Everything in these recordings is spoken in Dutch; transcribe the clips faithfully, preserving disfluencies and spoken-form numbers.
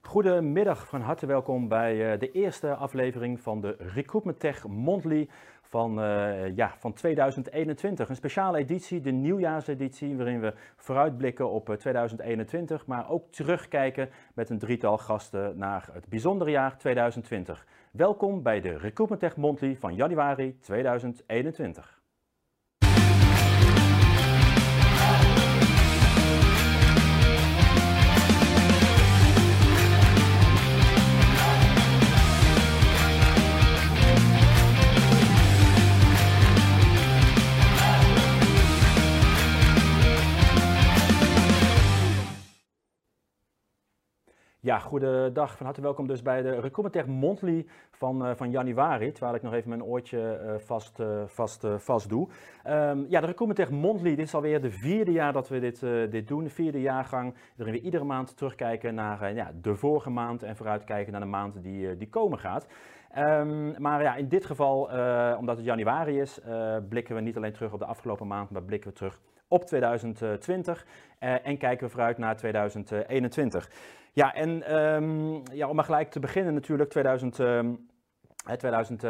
Goedemiddag, van harte welkom bij uh, de eerste aflevering van de Recruitment Tech Monthly van, uh, ja, van tweeduizend eenentwintig. Een speciale editie, de nieuwjaarseditie, waarin we vooruitblikken op uh, tweeduizend eenentwintig, maar ook terugkijken met een drietal gasten naar het bijzondere jaar tweeduizend twintig. Welkom bij de Recruitment Tech Monthly van januari tweeduizend eenentwintig. Ja, goedendag. Van harte welkom dus bij de Recruitment Tech Monthly van, uh, van januari, terwijl ik nog even mijn oortje uh, vast, uh, vast, uh, vast doe. Um, ja, de Recruitment Tech Monthly, dit is alweer de vierde jaar dat we dit, uh, dit doen, de vierde jaargang, waarin we iedere maand terugkijken naar uh, ja, de vorige maand en vooruitkijken naar de maand die, uh, die komen gaat. Um, maar ja, in dit geval, uh, omdat het januari is, uh, blikken we niet alleen terug op de afgelopen maand, maar blikken we terug op tweeduizend twintig uh, en kijken we vooruit naar tweeduizend eenentwintig. Ja, en um, ja, om maar gelijk te beginnen natuurlijk, tweeduizend, um, tweeduizend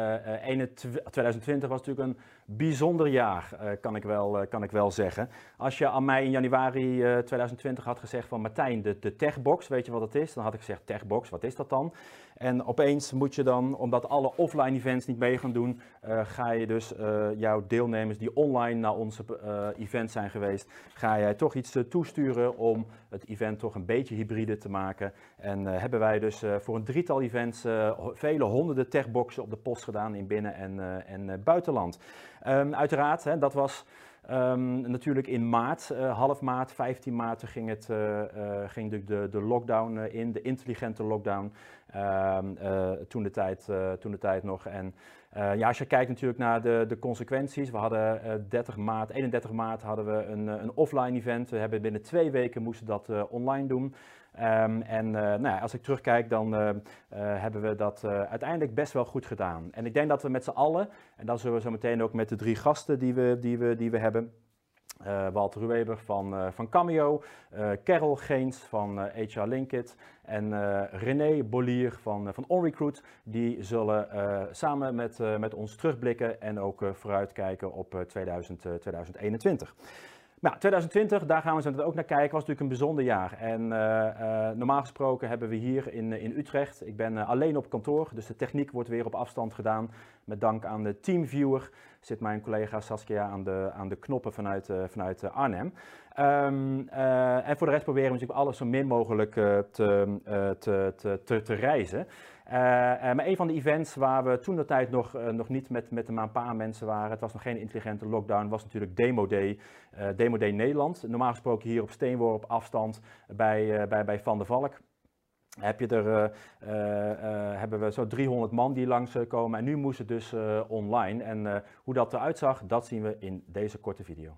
twintig was natuurlijk een bijzonder jaar, uh, kan, ik wel, uh, kan ik wel zeggen. Als je aan mij in januari uh, tweeduizend twintig had gezegd van Martijn, de, de Techbox, weet je wat het is? Dan had ik gezegd, Techbox, wat is dat dan? En opeens moet je dan, omdat alle offline events niet mee gaan doen, uh, ga je dus uh, jouw deelnemers die online naar onze uh, event zijn geweest, ga jij toch iets uh, toesturen om het event toch een beetje hybride te maken. En uh, hebben wij dus uh, voor een drietal events uh, vele honderden Techboxen op de post gedaan in binnen- en, uh, en uh, buitenland. Um, uiteraard, hè, dat was um, natuurlijk in maart, uh, half maart, vijftien maart ging, het, uh, uh, ging de, de, de lockdown uh, in, de intelligente lockdown, uh, uh, toen, de tijd, uh, toen de tijd nog. En uh, ja, als je kijkt natuurlijk naar de, de consequenties, we hadden uh, dertig maart, eenendertig maart hadden we een, een offline event, we hebben binnen twee weken moesten dat uh, online doen. Um, en uh, nou ja, als ik terugkijk, dan uh, uh, hebben we dat uh, uiteindelijk best wel goed gedaan. En ik denk dat we met z'n allen, en dan zullen we zo meteen ook met de drie gasten die we, die we, die we hebben, uh, Walter Ruweber van, uh, van Cameo, uh, Carol Geens van uh, H R Linkit en uh, René Bollier van, uh, van OnRecruit, die zullen uh, samen met, uh, met ons terugblikken en ook uh, vooruitkijken op uh, tweeduizend, uh, tweeduizend eenentwintig. Nou, tweeduizend twintig, daar gaan we zo ook naar kijken, was natuurlijk een bijzonder jaar. En uh, uh, normaal gesproken hebben we hier in, in Utrecht, ik ben uh, alleen op kantoor, dus de techniek wordt weer op afstand gedaan. Met dank aan de Teamviewer zit mijn collega Saskia aan de, aan de knoppen vanuit, uh, vanuit uh, Arnhem. Um, uh, en voor de rest proberen we natuurlijk alles zo min mogelijk uh, te, uh, te, te, te, te reizen. Uh, uh, maar een van de events waar we toen de tijd nog, uh, nog niet met, met een paar mensen waren, het was nog geen intelligente lockdown, was natuurlijk Demo Day, uh, Demo Day Nederland. Normaal gesproken hier op steenworp afstand bij, uh, bij, bij Van der Valk. Heb je er, uh, uh, uh, hebben we zo driehonderd man die langskomen en nu moest het dus uh, online. En uh, hoe dat eruit zag, dat zien we in deze korte video.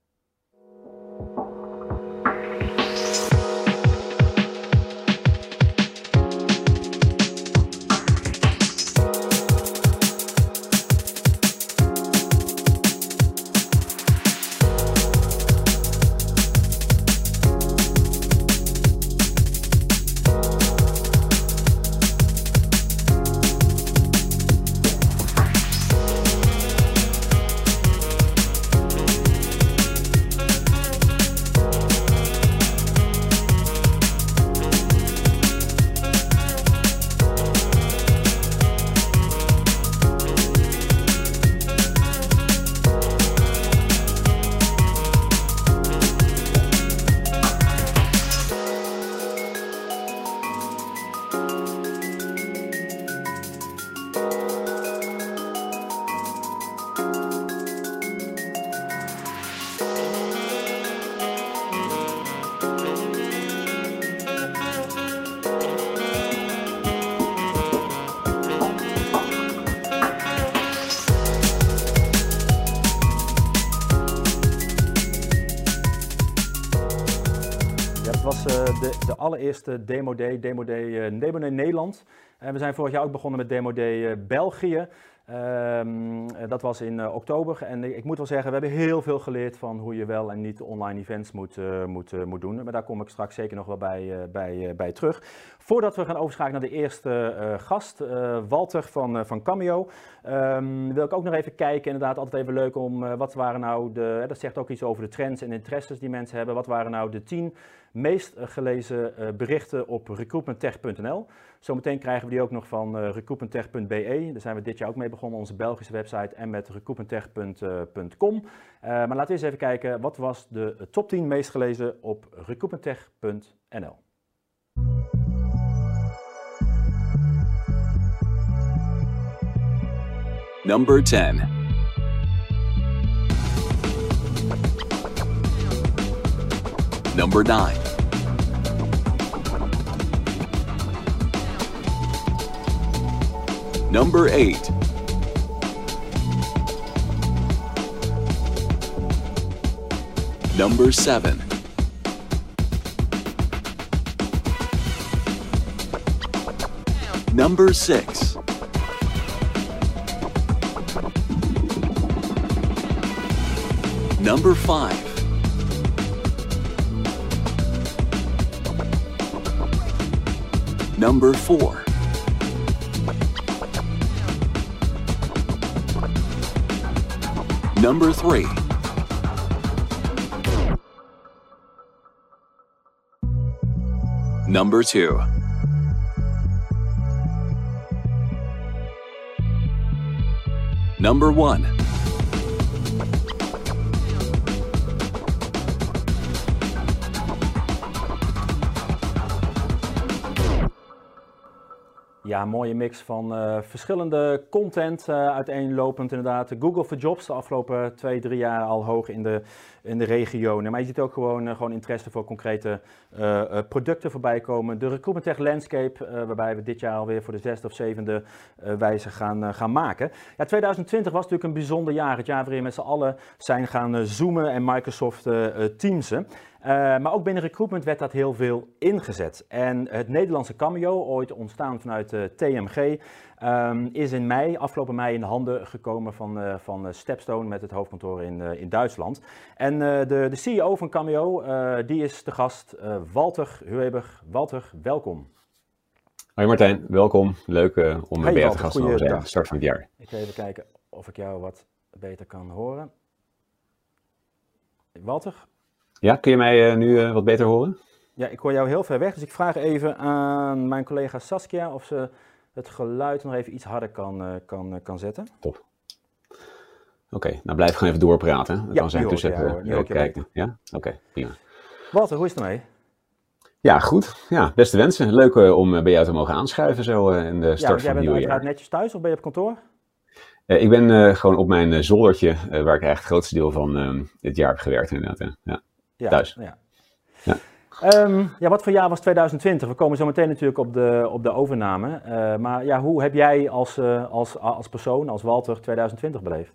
was uh, de, de allereerste Demo Day, Demo Day, uh, Demo Day Nederland. En we zijn vorig jaar ook begonnen met Demo Day uh, België. Um, dat was in uh, oktober en ik moet wel zeggen, we hebben heel veel geleerd van hoe je wel en niet online events moet, uh, moet, uh, moet doen. Maar daar kom ik straks zeker nog wel bij, uh, bij, uh, bij terug. Voordat we gaan overschakelen naar de eerste uh, gast, uh, Walter van, uh, van Cameo, um, wil ik ook nog even kijken. Inderdaad, altijd even leuk om, uh, wat waren nou de, dat zegt ook iets over de trends en interesses die mensen hebben. Wat waren nou de tien meest uh, gelezen uh, berichten op recruitmenttech punt n l? Zometeen krijgen we die ook nog van uh, recruitmenttech punt b e. Daar zijn we dit jaar ook mee begonnen, onze Belgische website, en met recruitmenttech punt com. Uh, maar laten we eens even kijken, wat was de top tien meest gelezen op recruitmenttech punt n l? Number ten. Number nine. Number eight. Number seven. Number six. Number five. Number four. Number three. Number two. Number one. Ja, een mooie mix van uh, verschillende content, uh, uiteenlopend inderdaad. Google for Jobs de afgelopen twee, drie jaar al hoog in de, in de regionen. Maar je ziet ook gewoon, uh, gewoon interesse voor concrete uh, uh, producten voorbij komen. De Recruitmenttech Landscape, uh, waarbij we dit jaar alweer voor de zesde of zevende uh, wijze gaan, uh, gaan maken. Ja, twintig twintig was natuurlijk een bijzonder jaar. Het jaar waarin we met z'n allen zijn gaan uh, zoomen en Microsoft uh, uh, Teamsen. Uh, maar ook binnen recruitment werd dat heel veel ingezet. En het Nederlandse Cameo, ooit ontstaan vanuit uh, T M G, um, is in mei, afgelopen mei in de handen gekomen van, uh, van Stepstone met het hoofdkantoor in, uh, in Duitsland. En uh, de, de C E O van Cameo, uh, die is de gast, uh, Walter Hueber. Walter, welkom. Hoi Martijn, welkom. Leuk uh, om hey, bij jou te gast te mogen zijn aan de start van het jaar. Ik ga even kijken of ik jou wat beter kan horen. Walter? Ja, kun je mij uh, nu uh, wat beter horen? Ja, ik hoor jou heel ver weg, dus ik vraag even aan mijn collega Saskia of ze het geluid nog even iets harder kan, uh, kan, uh, kan zetten. Top. Oké, okay, nou blijf gewoon even doorpraten. Dan ja, kan zij dus even ja, kijken. Ja? Oké, okay, prima. Walter, hoe is het ermee? Ja, goed. Ja, beste wensen. Leuk uh, om uh, bij jou te mogen aanschuiven zo uh, in de start ja, van het nieuwe jaar. Jij bent uiteraard netjes thuis of ben je op kantoor? Uh, ik ben uh, gewoon op mijn uh, zoldertje, uh, waar ik eigenlijk het grootste deel van uh, dit jaar heb gewerkt inderdaad. Uh. Ja. Ja, thuis. Ja. Ja. Um, ja, wat voor jaar was twintig twintig? We komen zo meteen natuurlijk op de, op de overname. Uh, maar ja, hoe heb jij als, uh, als, als persoon, als Walter, twintig twintig beleefd?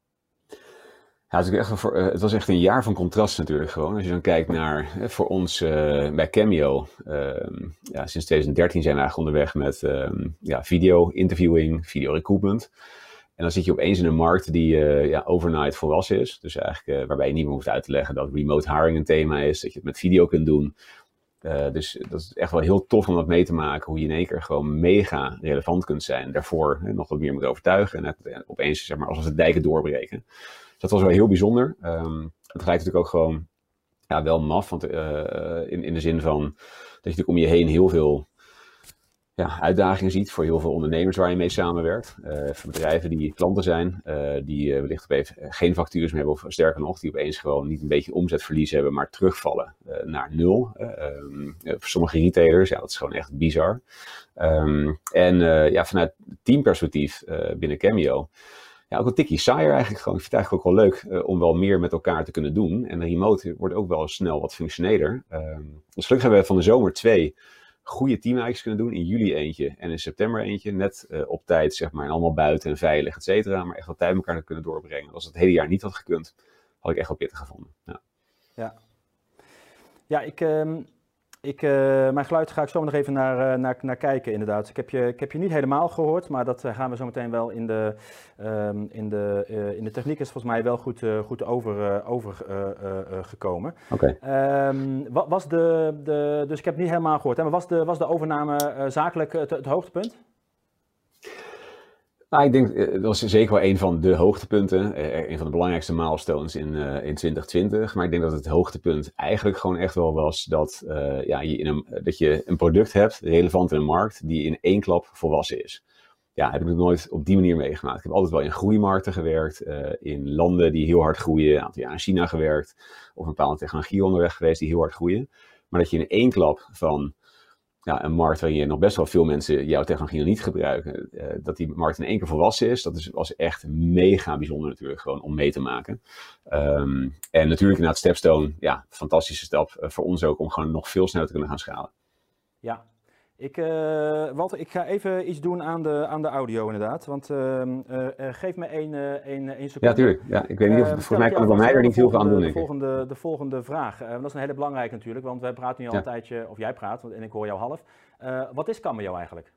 Ja, het, echt voor, uh, het was echt een jaar van contrast natuurlijk gewoon. Als je dan kijkt naar, uh, voor ons uh, bij Cameo, uh, ja, sinds twintig dertien zijn we eigenlijk onderweg met uh, ja, video, interviewing, video recruitment. En dan zit je opeens in een markt die uh, ja, overnight volwassen is. Dus eigenlijk uh, waarbij je niet meer hoeft uit te leggen dat remote hiring een thema is. Dat je het met video kunt doen. Uh, dus dat is echt wel heel tof om dat mee te maken. Hoe je in één keer gewoon mega relevant kunt zijn. Daarvoor hè, nog wat meer moet overtuigen. En het, opeens zeg maar alsof de dijken doorbreken. Dus dat was wel heel bijzonder. Um, het gelijk natuurlijk ook gewoon ja, wel maf. Want uh, in, in de zin van dat je natuurlijk om je heen heel veel ja, uitdagingen ziet voor heel veel ondernemers waar je mee samenwerkt. Uh, voor bedrijven die klanten zijn, uh, die uh, wellicht opeens geen vacatures meer hebben of sterker nog, die opeens gewoon niet een beetje omzetverlies hebben, maar terugvallen uh, naar nul. Uh, um, uh, voor sommige retailers, ja, dat is gewoon echt bizar. Um, en uh, ja, vanuit teamperspectief uh, binnen Cameo, ja, ook een tikkie saaier eigenlijk gewoon. Ik vind het eigenlijk ook wel leuk uh, om wel meer met elkaar te kunnen doen. En de remote wordt ook wel snel wat functioneler. Um, dus gelukkig hebben we van de zomer twee goede teamhikes kunnen doen. In juli eentje en in september eentje. Net uh, op tijd, zeg maar. En allemaal buiten en veilig, et cetera. Maar echt wat tijd met elkaar te kunnen doorbrengen. Als het het hele jaar niet had gekund, had ik echt wel pittig gevonden. Ja, ja. ja ik, um, ik, uh, mijn geluid ga ik zo nog even naar, uh, naar, naar kijken inderdaad. Ik heb, je, ik heb je niet helemaal gehoord, maar dat uh, gaan we zo meteen wel in de, um, in de, uh, in de techniek is volgens mij wel goed, uh, goed over, uh, over uh, uh, uh, gekomen. Oké. Okay. Um, wat was de, de, dus ik heb het niet helemaal gehoord, hè, maar was de, was de overname uh, zakelijk het, het hoogtepunt? Nou, ik denk, dat was zeker wel een van de hoogtepunten, een van de belangrijkste milestones in, uh, in twintig twintig. Maar ik denk dat het hoogtepunt eigenlijk gewoon echt wel was dat, uh, ja, je, in een, dat je een product hebt, relevant in een markt, die in één klap volwassen is. Ja, heb ik nog nooit op die manier meegemaakt. Ik heb altijd wel in groeimarkten gewerkt, uh, in landen die heel hard groeien, een aantal jaar in China gewerkt, of een bepaalde technologie onderweg geweest die heel hard groeien. Maar dat je in één klap van... Ja, een markt waarin je nog best wel veel mensen jouw technologie nog niet gebruiken, uh, dat die markt in één keer volwassen is, dat is, was echt mega bijzonder natuurlijk gewoon om mee te maken. Um, en natuurlijk inderdaad Stepstone, ja, fantastische stap uh, voor ons ook om gewoon nog veel sneller te kunnen gaan schalen. Ja, ik, uh, Walter, ik ga even iets doen aan de, aan de audio inderdaad, want uh, uh, geef me één, uh, één, één seconde. Ja, tuurlijk. Ja, ik weet niet of, uh, volgens mij kan ik bij mij er niet veel aan doen, denk ik. De volgende, de volgende vraag, uh, dat is een hele belangrijke natuurlijk, want wij praten nu al ja. een tijdje, of jij praat, en ik hoor jou half. Uh, wat is Cameo eigenlijk?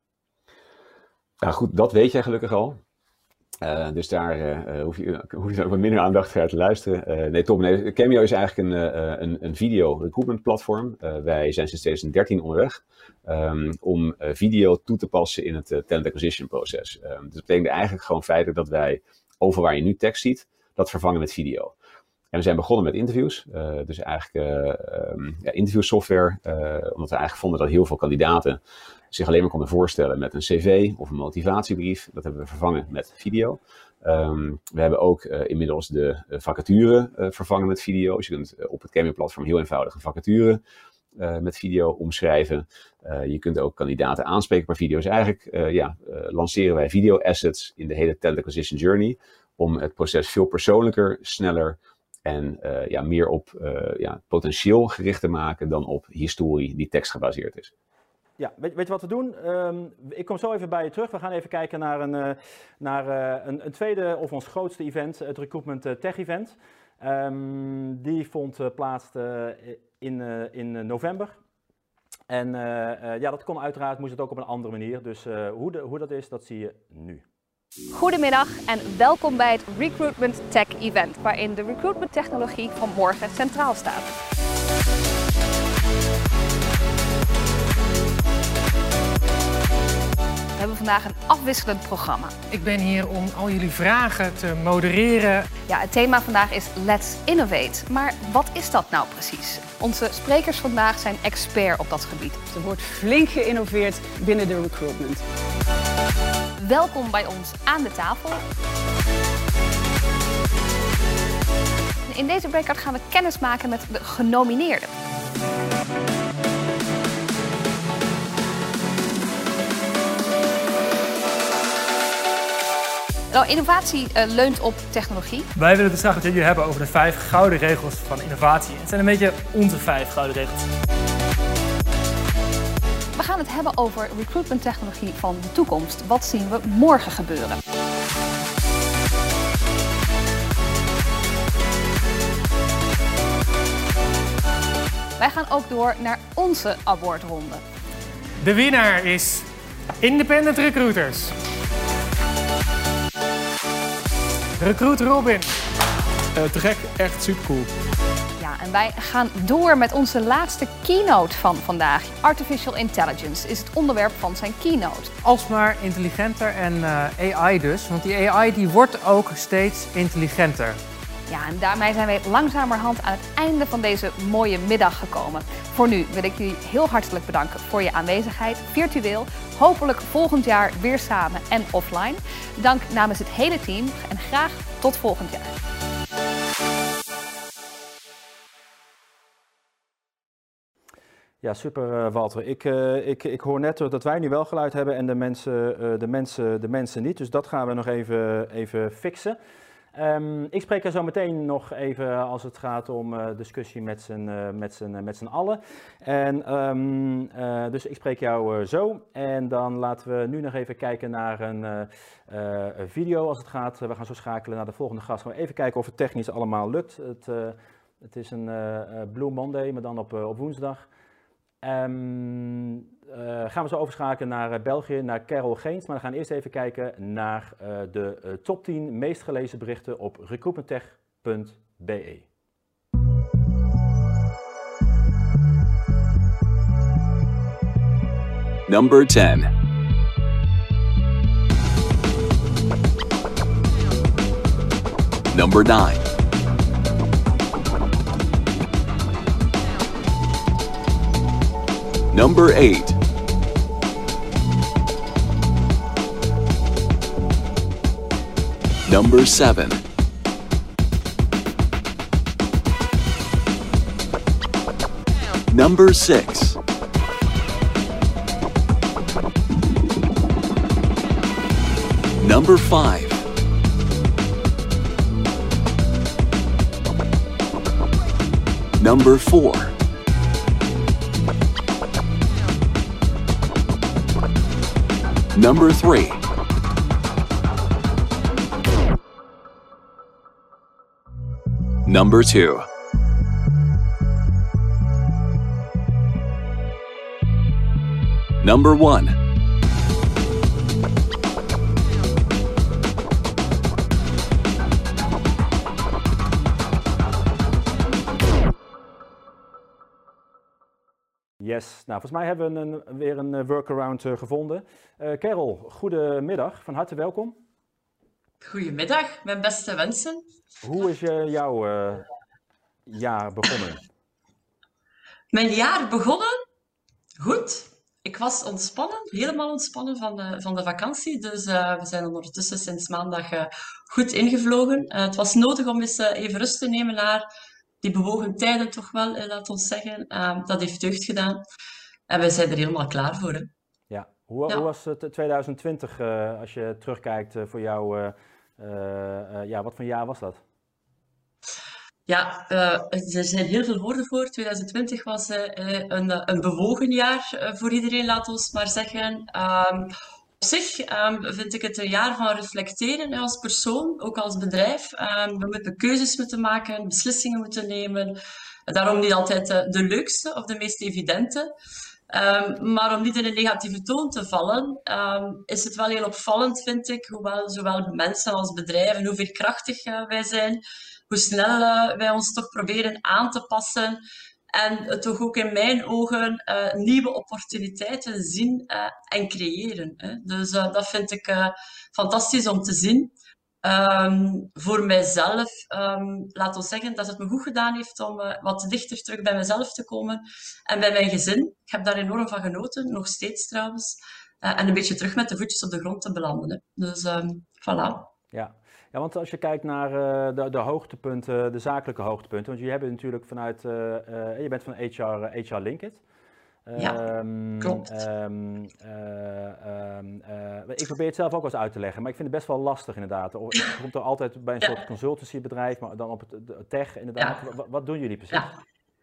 Nou goed, dat weet jij gelukkig al. Uh, dus daar uh, hoef, je, hoef je ook wat minder aandacht naar te luisteren. Uh, nee, top. Nee, Cameo is eigenlijk een, uh, een, een video recruitment platform. Uh, wij zijn sinds twintig dertien onderweg um, om uh, video toe te passen in het uh, talent acquisition proces. Um, dus dat betekent eigenlijk gewoon feitelijk dat wij overal waar je nu tekst ziet, dat vervangen met video. En we zijn begonnen met interviews, uh, dus eigenlijk uh, um, ja, interviewsoftware, uh, omdat we eigenlijk vonden dat heel veel kandidaten zich alleen maar konden voorstellen met een cv of een motivatiebrief. Dat hebben we vervangen met video. Um, we hebben ook uh, inmiddels de uh, vacature uh, vervangen met video. Dus je kunt uh, op het Cameo-platform heel eenvoudig een vacature uh, met video omschrijven. Uh, je kunt ook kandidaten aanspreken per video. Dus eigenlijk uh, ja, uh, lanceren wij video assets in de hele talent acquisition journey om het proces veel persoonlijker, sneller en uh, ja, meer op uh, ja, potentieel gericht te maken dan op historie die tekstgebaseerd is. Ja, weet, weet je wat we doen? Um, ik kom zo even bij je terug. We gaan even kijken naar een, uh, naar, uh, een, een tweede of ons grootste event, het Recruitment uh, Tech Event. Um, die vond uh, plaats uh, in, uh, in november. En uh, uh, ja, dat kon uiteraard, moest het ook op een andere manier. Dus uh, hoe, de, hoe dat is, dat zie je nu. Goedemiddag en welkom bij het Recruitment Tech Event, waarin de recruitment technologie van morgen centraal staat. We hebben vandaag een afwisselend programma. Ik ben hier om al jullie vragen te modereren. Ja, het thema vandaag is Let's Innovate. Maar wat is dat nou precies? Onze sprekers vandaag zijn expert op dat gebied. Er wordt flink geïnnoveerd binnen de recruitment. Welkom bij ons aan de tafel. In deze breakout gaan we kennis maken met de genomineerden. Nou, innovatie uh, leunt op technologie. Wij willen dus graag met jullie hebben over de vijf gouden regels van innovatie. Het zijn een beetje onze vijf gouden regels. We gaan het hebben over recruitment technologie van de toekomst. Wat zien we morgen gebeuren? Wij gaan ook door naar onze awardronde. De winnaar is Independent Recruiters. Recruit Robin. Uh, te gek, echt supercool. Ja, en wij gaan door met onze laatste keynote van vandaag. Artificial Intelligence is het onderwerp van zijn keynote. Alsmaar intelligenter en uh, A I dus, want die A I die wordt ook steeds intelligenter. Ja, en daarmee zijn wij langzamerhand aan het einde van deze mooie middag gekomen. Voor nu wil ik jullie heel hartelijk bedanken voor je aanwezigheid, virtueel. Hopelijk volgend jaar weer samen en offline. Dank namens het hele team en graag tot volgend jaar. Ja, super uh, Walter. Ik, uh, ik, ik hoor net dat wij nu wel geluid hebben en de mensen, uh, de mensen, de mensen niet. Dus dat gaan we nog even, even fixen. Um, ik spreek er zo meteen nog even als het gaat om uh, discussie met z'n uh, met z'n, uh, met z'n allen. En, um, uh, dus ik spreek jou uh, zo. En dan laten we nu nog even kijken naar een uh, uh, video als het gaat. We gaan zo schakelen naar de volgende gast. Gaan we even kijken of het technisch allemaal lukt. Het, uh, het is een uh, Blue Monday, maar dan op, uh, op woensdag. Um, uh, gaan we zo overschakelen naar uh, België, naar Carol Geens. Maar we gaan eerst even kijken naar uh, de uh, top tien meest gelezen berichten op recruitmenttech punt b e. Number ten. Number nine. Number eight. Number seven. Number six. Number five. Number four. Number three. Number two. Number one. Yes, nou volgens mij hebben we een, weer een workaround uh, gevonden. Uh, Carol, goedemiddag, van harte welkom. Goedemiddag, mijn beste wensen. Hoe is uh, jouw uh, jaar begonnen? Mijn jaar begonnen? Goed. Ik was ontspannen, helemaal ontspannen van de, van de vakantie. Dus uh, we zijn ondertussen sinds maandag uh, goed ingevlogen. Uh, het was nodig om eens uh, even rust te nemen naar die bewogen tijden toch wel, uh, laat ons zeggen. Uh, dat heeft deugd gedaan. En wij zijn er helemaal klaar voor. Hè. Ja. Hoe, Ja. hoe was het twintig twintig uh, als je terugkijkt uh, voor jou? Uh, uh, uh, ja, wat voor jaar was dat? Ja, uh, er zijn heel veel woorden voor. twintig twintig was uh, een, een bewogen jaar uh, voor iedereen, laat ons maar zeggen. Um, op zich um, vind ik het een jaar van reflecteren hè, als persoon, ook als bedrijf. Um, we moeten keuzes moeten maken, beslissingen moeten nemen. Daarom niet altijd uh, de leukste of de meest evidente. Um, maar om niet in een negatieve toon te vallen, um, is het wel heel opvallend, vind ik, hoewel zowel mensen als bedrijven, hoe veerkrachtig uh, wij zijn, hoe snel uh, wij ons toch proberen aan te passen en uh, toch ook in mijn ogen uh, nieuwe opportuniteiten zien uh, en creëren. Hè. Dus uh, dat vind ik uh, fantastisch om te zien. Um, voor mijzelf, um, laat ons zeggen dat het me goed gedaan heeft om uh, wat dichter terug bij mezelf te komen en bij mijn gezin. Ik heb daar enorm van genoten, nog steeds trouwens. Uh, en een beetje terug met de voetjes op de grond te belanden. Hè. Dus um, voilà. Ja. Ja, want als je kijkt naar uh, de, de hoogtepunten, de zakelijke hoogtepunten, want jullie hebben natuurlijk vanuit, uh, uh, je bent van H R, H R Linkit. Ja, Um, klopt. Um, uh, um, uh, ik probeer het zelf ook wel eens uit te leggen, maar ik vind het best wel lastig inderdaad. Of- Het komt er altijd bij een Ja. soort consultancybedrijf, maar dan op het de tech inderdaad. Ja. Wat, wat doen jullie precies? Ja.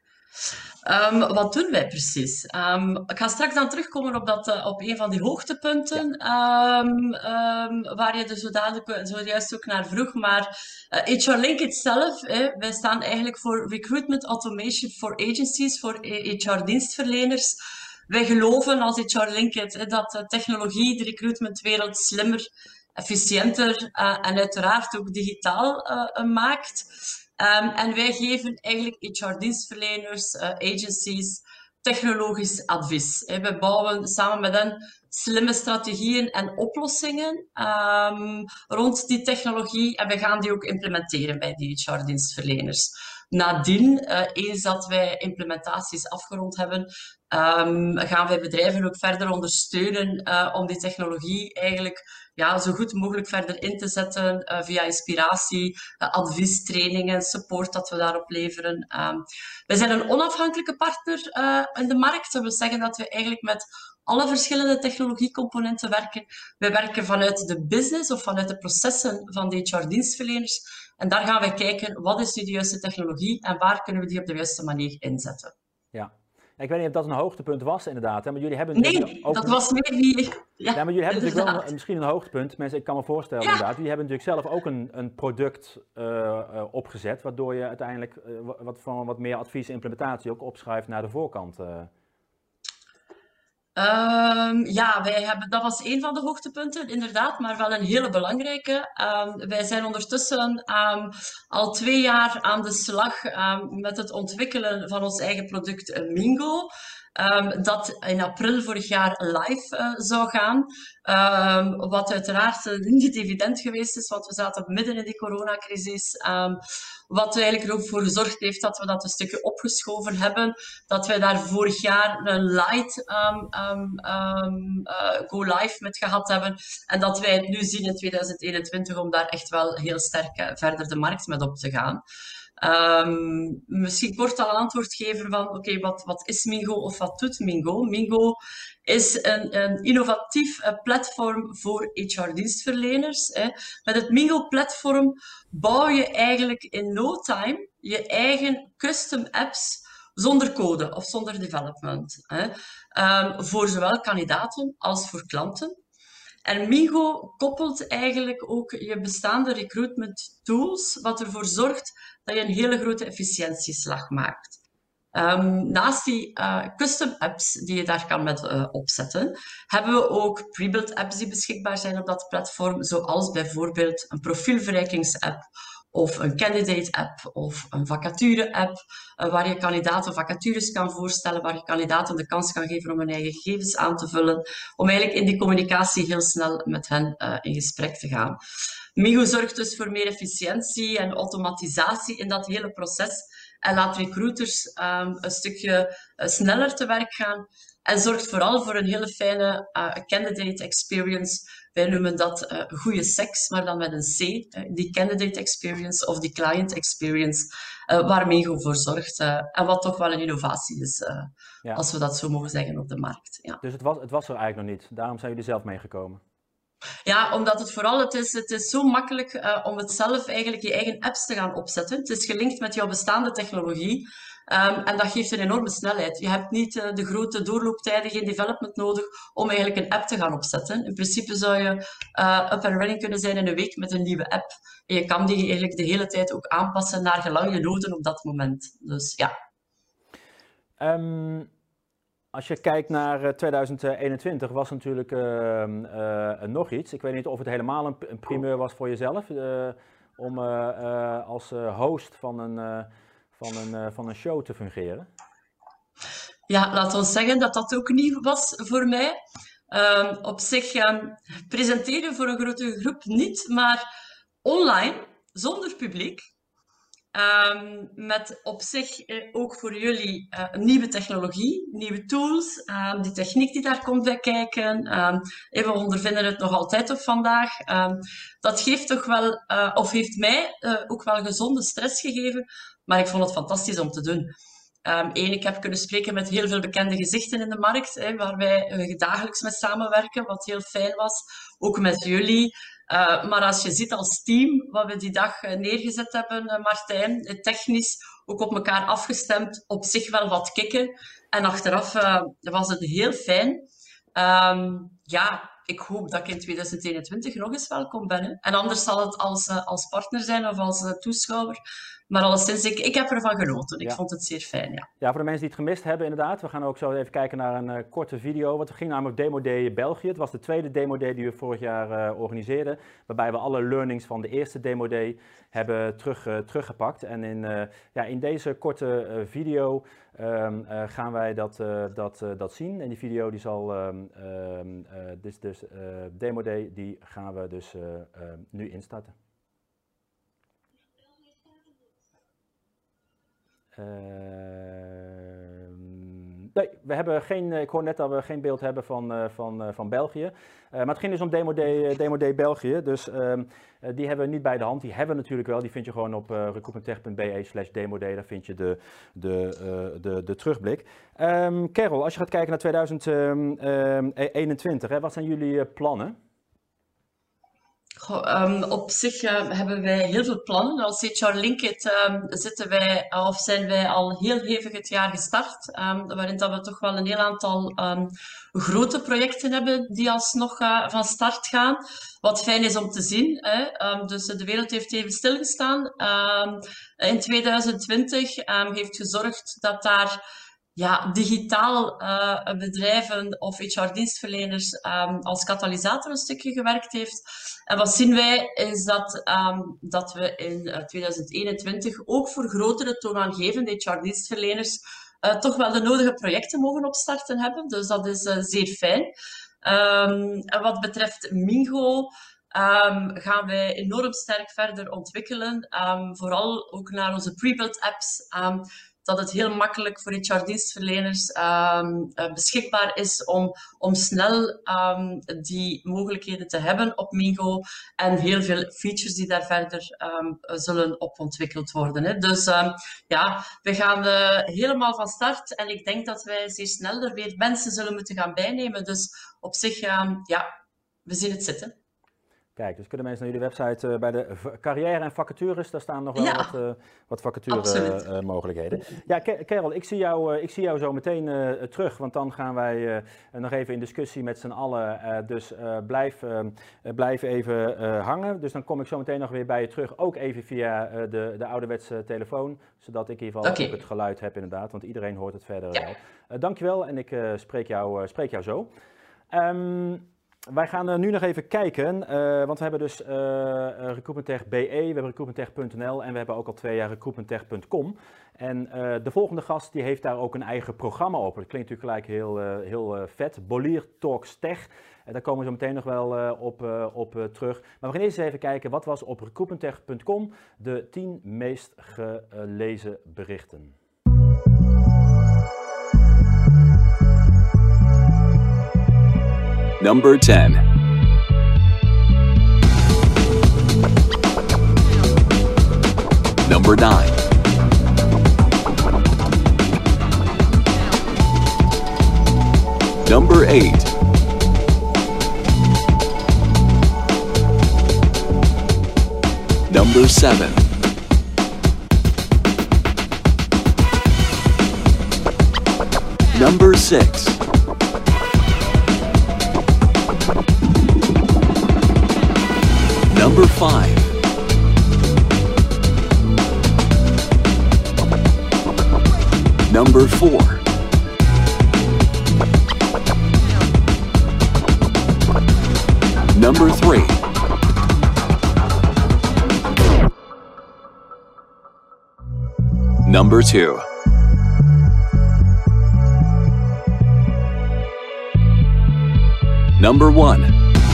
Um, wat doen wij precies? Um, ik ga straks dan terugkomen op, dat, uh, op een van die hoogtepunten, um, um, waar je er zo dadelijk zojuist ook naar vroeg. Maar uh, H R Linkit zelf, hè, wij staan eigenlijk voor Recruitment Automation for Agencies, voor H R-dienstverleners. Wij geloven als H R Linkit hè, dat uh, technologie de recruitmentwereld slimmer, efficiënter uh, en uiteraard ook digitaal uh, maakt. Um, en wij geven eigenlijk H R-dienstverleners, uh, agencies, technologisch advies. Hè. We bouwen samen met hen slimme strategieën en oplossingen um, rond die technologie en we gaan die ook implementeren bij die H R-dienstverleners. Nadien, uh, eens dat wij implementaties afgerond hebben, um, gaan wij bedrijven ook verder ondersteunen uh, om die technologie eigenlijk ja, zo goed mogelijk verder in te zetten uh, via inspiratie, uh, advies, trainingen, support dat we daarop leveren. Um, wij zijn een onafhankelijke partner uh, in de markt. Dat wil zeggen dat we eigenlijk met alle verschillende technologiecomponenten werken. Wij werken vanuit de business of vanuit de processen van de H R-dienstverleners. En daar gaan wij kijken, wat is nu de juiste technologie en waar kunnen we die op de juiste manier inzetten. Ja. Ik weet niet of dat een hoogtepunt was inderdaad, hè, maar jullie hebben natuurlijk Nee, ook dat een- was meer die... Ja, Ja, maar jullie hebben natuurlijk wel inderdaad. een- misschien een hoogtepunt. Mensen, ik kan me voorstellen Ja. inderdaad. Jullie hebben natuurlijk zelf ook een, een product uh, uh, opgezet, waardoor je uiteindelijk uh, wa- wat van wat meer advies en implementatie ook opschuift naar de voorkant. Uh. Um, ja, wij hebben, dat was een van de hoogtepunten, inderdaad, maar wel een hele belangrijke. Um, wij zijn ondertussen um, al twee jaar aan de slag um, met het ontwikkelen van ons eigen product uh, Mingo. Um, dat in april vorig jaar live uh, zou gaan. Um, wat uiteraard uh, niet evident geweest is, want we zaten midden in die coronacrisis. Um, wat er eigenlijk er ook voor gezorgd heeft dat we dat een stukje opgeschoven hebben. Dat wij daar vorig jaar een light um, um, um, uh, go live met gehad hebben. En dat wij het nu zien in tweeduizend eenentwintig om daar echt wel heel sterk uh, verder de markt met op te gaan. Um, misschien kort al antwoord geven van oké, okay, wat, wat is Mingo of wat doet Mingo? Mingo is een, een innovatief uh, platform voor H R-dienstverleners. Hè. Met het Mingo-platform bouw je eigenlijk in no time je eigen custom apps zonder code of zonder development. Hè. Um, voor zowel kandidaten als voor klanten. En Mingo koppelt eigenlijk ook je bestaande recruitment tools, wat ervoor zorgt dat je een hele grote efficiëntieslag maakt. Um, naast die uh, custom apps die je daar kan met uh, opzetten, hebben we ook pre-built apps die beschikbaar zijn op dat platform, zoals bijvoorbeeld een profielverrijkingsapp of een candidate-app of een vacature-app, uh, waar je kandidaten vacatures kan voorstellen, waar je kandidaten de kans kan geven om hun eigen gegevens aan te vullen, om eigenlijk in die communicatie heel snel met hen uh, in gesprek te gaan. Mingo zorgt dus voor meer efficiëntie en automatisatie in dat hele proces en laat recruiters um, een stukje uh, sneller te werk gaan en zorgt vooral voor een hele fijne uh, candidate experience. Wij noemen dat uh, goede seks, maar dan met een C. Uh, die candidate experience of die client experience, uh, waar Mingo voor zorgt. Uh, en wat toch wel een innovatie is, uh, ja. als we dat zo mogen zeggen, op de markt. Ja. Dus het was, het was er eigenlijk nog niet. Daarom zijn jullie zelf meegekomen. Ja, omdat het vooral, het is, het is zo makkelijk uh, om het zelf eigenlijk je eigen apps te gaan opzetten. Het is gelinkt met jouw bestaande technologie. Um, en dat geeft een enorme snelheid. Je hebt niet uh, de grote doorlooptijden, geen development nodig om eigenlijk een app te gaan opzetten. In principe zou je uh, up and running kunnen zijn in een week met een nieuwe app. En je kan die eigenlijk de hele tijd ook aanpassen naar gelang je noden op dat moment. Dus ja. Um... Als je kijkt naar tweeduizend eenentwintig was natuurlijk uh, uh, nog iets. Ik weet niet of het helemaal een, een primeur was voor jezelf. Uh, om uh, uh, als uh, host van een, uh, van, een, uh, van een show te fungeren. Ja, laten we zeggen dat dat ook nieuw was voor mij. Um, op zich um, presenteren voor een grote groep niet, maar online, zonder publiek. Um, met op zich eh, ook voor jullie uh, nieuwe technologie, nieuwe tools, um, die techniek die daar komt bij kijken. Um, we ondervinden het nog altijd op vandaag. Um, dat geeft toch wel, uh, of heeft mij uh, ook wel gezonde stress gegeven, maar ik vond het fantastisch om te doen. Um, Eén, ik heb kunnen spreken met heel veel bekende gezichten in de markt, hè, waar wij uh, dagelijks mee samenwerken, wat heel fijn was. Ook met jullie. Uh, maar als je ziet als team wat we die dag uh, neergezet hebben, uh, Martijn, uh, technisch ook op elkaar afgestemd, op zich wel wat kicken. En achteraf uh, was het heel fijn. Um, ja, ik hoop dat ik in tweeduizend eenentwintig nog eens welkom ben. Hè. En anders zal het als, uh, als partner zijn of als uh, toeschouwer. Maar alleszins, ik, ik heb ervan genoten. Ik ja. vond het zeer fijn, ja. Ja, voor de mensen die het gemist hebben, inderdaad. We gaan ook zo even kijken naar een uh, korte video. Want we gingen namelijk Demo Day België. Het was de tweede Demo Day die we vorig jaar uh, organiseerden. Waarbij we alle learnings van de eerste Demo Day hebben terug, uh, teruggepakt. En in, uh, ja, in deze korte uh, video um, uh, gaan wij dat, uh, dat, uh, dat zien. En die video die zal, um, um, uh, dus, dus uh, Demo Day, die gaan we dus uh, uh, nu instarten. Uh, nee, we hebben geen, ik hoor net dat we geen beeld hebben van, uh, van, uh, van België. Uh, maar het ging dus om Demo Day, uh, Demo Day België. Dus uh, uh, die hebben we niet bij de hand. Die hebben we natuurlijk wel. Die vind je gewoon op uh, recruitmenttech.be slash Demo Day. Daar vind je de, de, uh, de, de terugblik. Um, Carol, als je gaat kijken naar tweeduizend eenentwintig, hè, wat zijn jullie uh, plannen? Goh, um, op zich uh, hebben wij heel veel plannen. Als H R Linkit um, zitten wij, of zijn wij al heel hevig het jaar gestart, um, waarin dat we toch wel een heel aantal um, grote projecten hebben die alsnog uh, van start gaan. Wat fijn is om te zien. Hè. Um, dus de wereld heeft even stilgestaan. Um, in tweeduizend twintig um, heeft gezorgd dat daar ja, digitaal uh, bedrijven of H R-dienstverleners um, als katalysator een stukje gewerkt heeft. En wat zien wij is dat, um, dat we in uh, twintig eenentwintig ook voor grotere toonaangevende H R-dienstverleners uh, toch wel de nodige projecten mogen opstarten hebben. Dus dat is uh, zeer fijn. Um, en wat betreft Mingo um, gaan wij enorm sterk verder ontwikkelen. Um, vooral ook naar onze pre-built apps. Um, dat het heel makkelijk voor H R-dienstverleners um, uh, beschikbaar is om, om snel um, die mogelijkheden te hebben op Mingo en heel veel features die daar verder um, zullen op ontwikkeld worden. Hè. Dus um, ja, we gaan uh, helemaal van start en ik denk dat wij zeer snel er weer mensen zullen moeten gaan bijnemen. Dus op zich, um, ja, we zien het zitten. Kijk, dus kunnen mensen naar jullie website uh, bij de carrière en vacatures, daar staan nog wel ja, wat, uh, wat vacature uh, mogelijkheden. Ja, Carol, ik zie jou, uh, ik zie jou zo meteen uh, terug, want dan gaan wij uh, nog even in discussie met z'n allen. Uh, dus uh, blijf, uh, blijf even uh, hangen. Dus dan kom ik zo meteen nog weer bij je terug, ook even via uh, de, de ouderwetse telefoon, zodat ik in ieder geval okay. ook het geluid heb inderdaad, want iedereen hoort het verder ja. wel. Uh, dankjewel en ik uh, spreek, jou, uh, spreek jou zo. Um, Wij gaan uh, nu nog even kijken, uh, want we hebben dus uh, RecruitmentTech B E, we hebben RecruitmentTech punt N L en we hebben ook al twee jaar RecruitmentTech punt com. En uh, de volgende gast die heeft daar ook een eigen programma op. Dat klinkt natuurlijk gelijk heel, uh, heel uh, vet. Bolier Talks Tech. En daar komen we zo meteen nog wel uh, op, uh, op uh, terug. Maar we gaan eerst even kijken, wat was op RecruitmentTech punt com de tien meest gelezen berichten. Number ten. Number nine. Number eight. Number seven. Number six. Number five. Number four. Number three. Number two. Number one.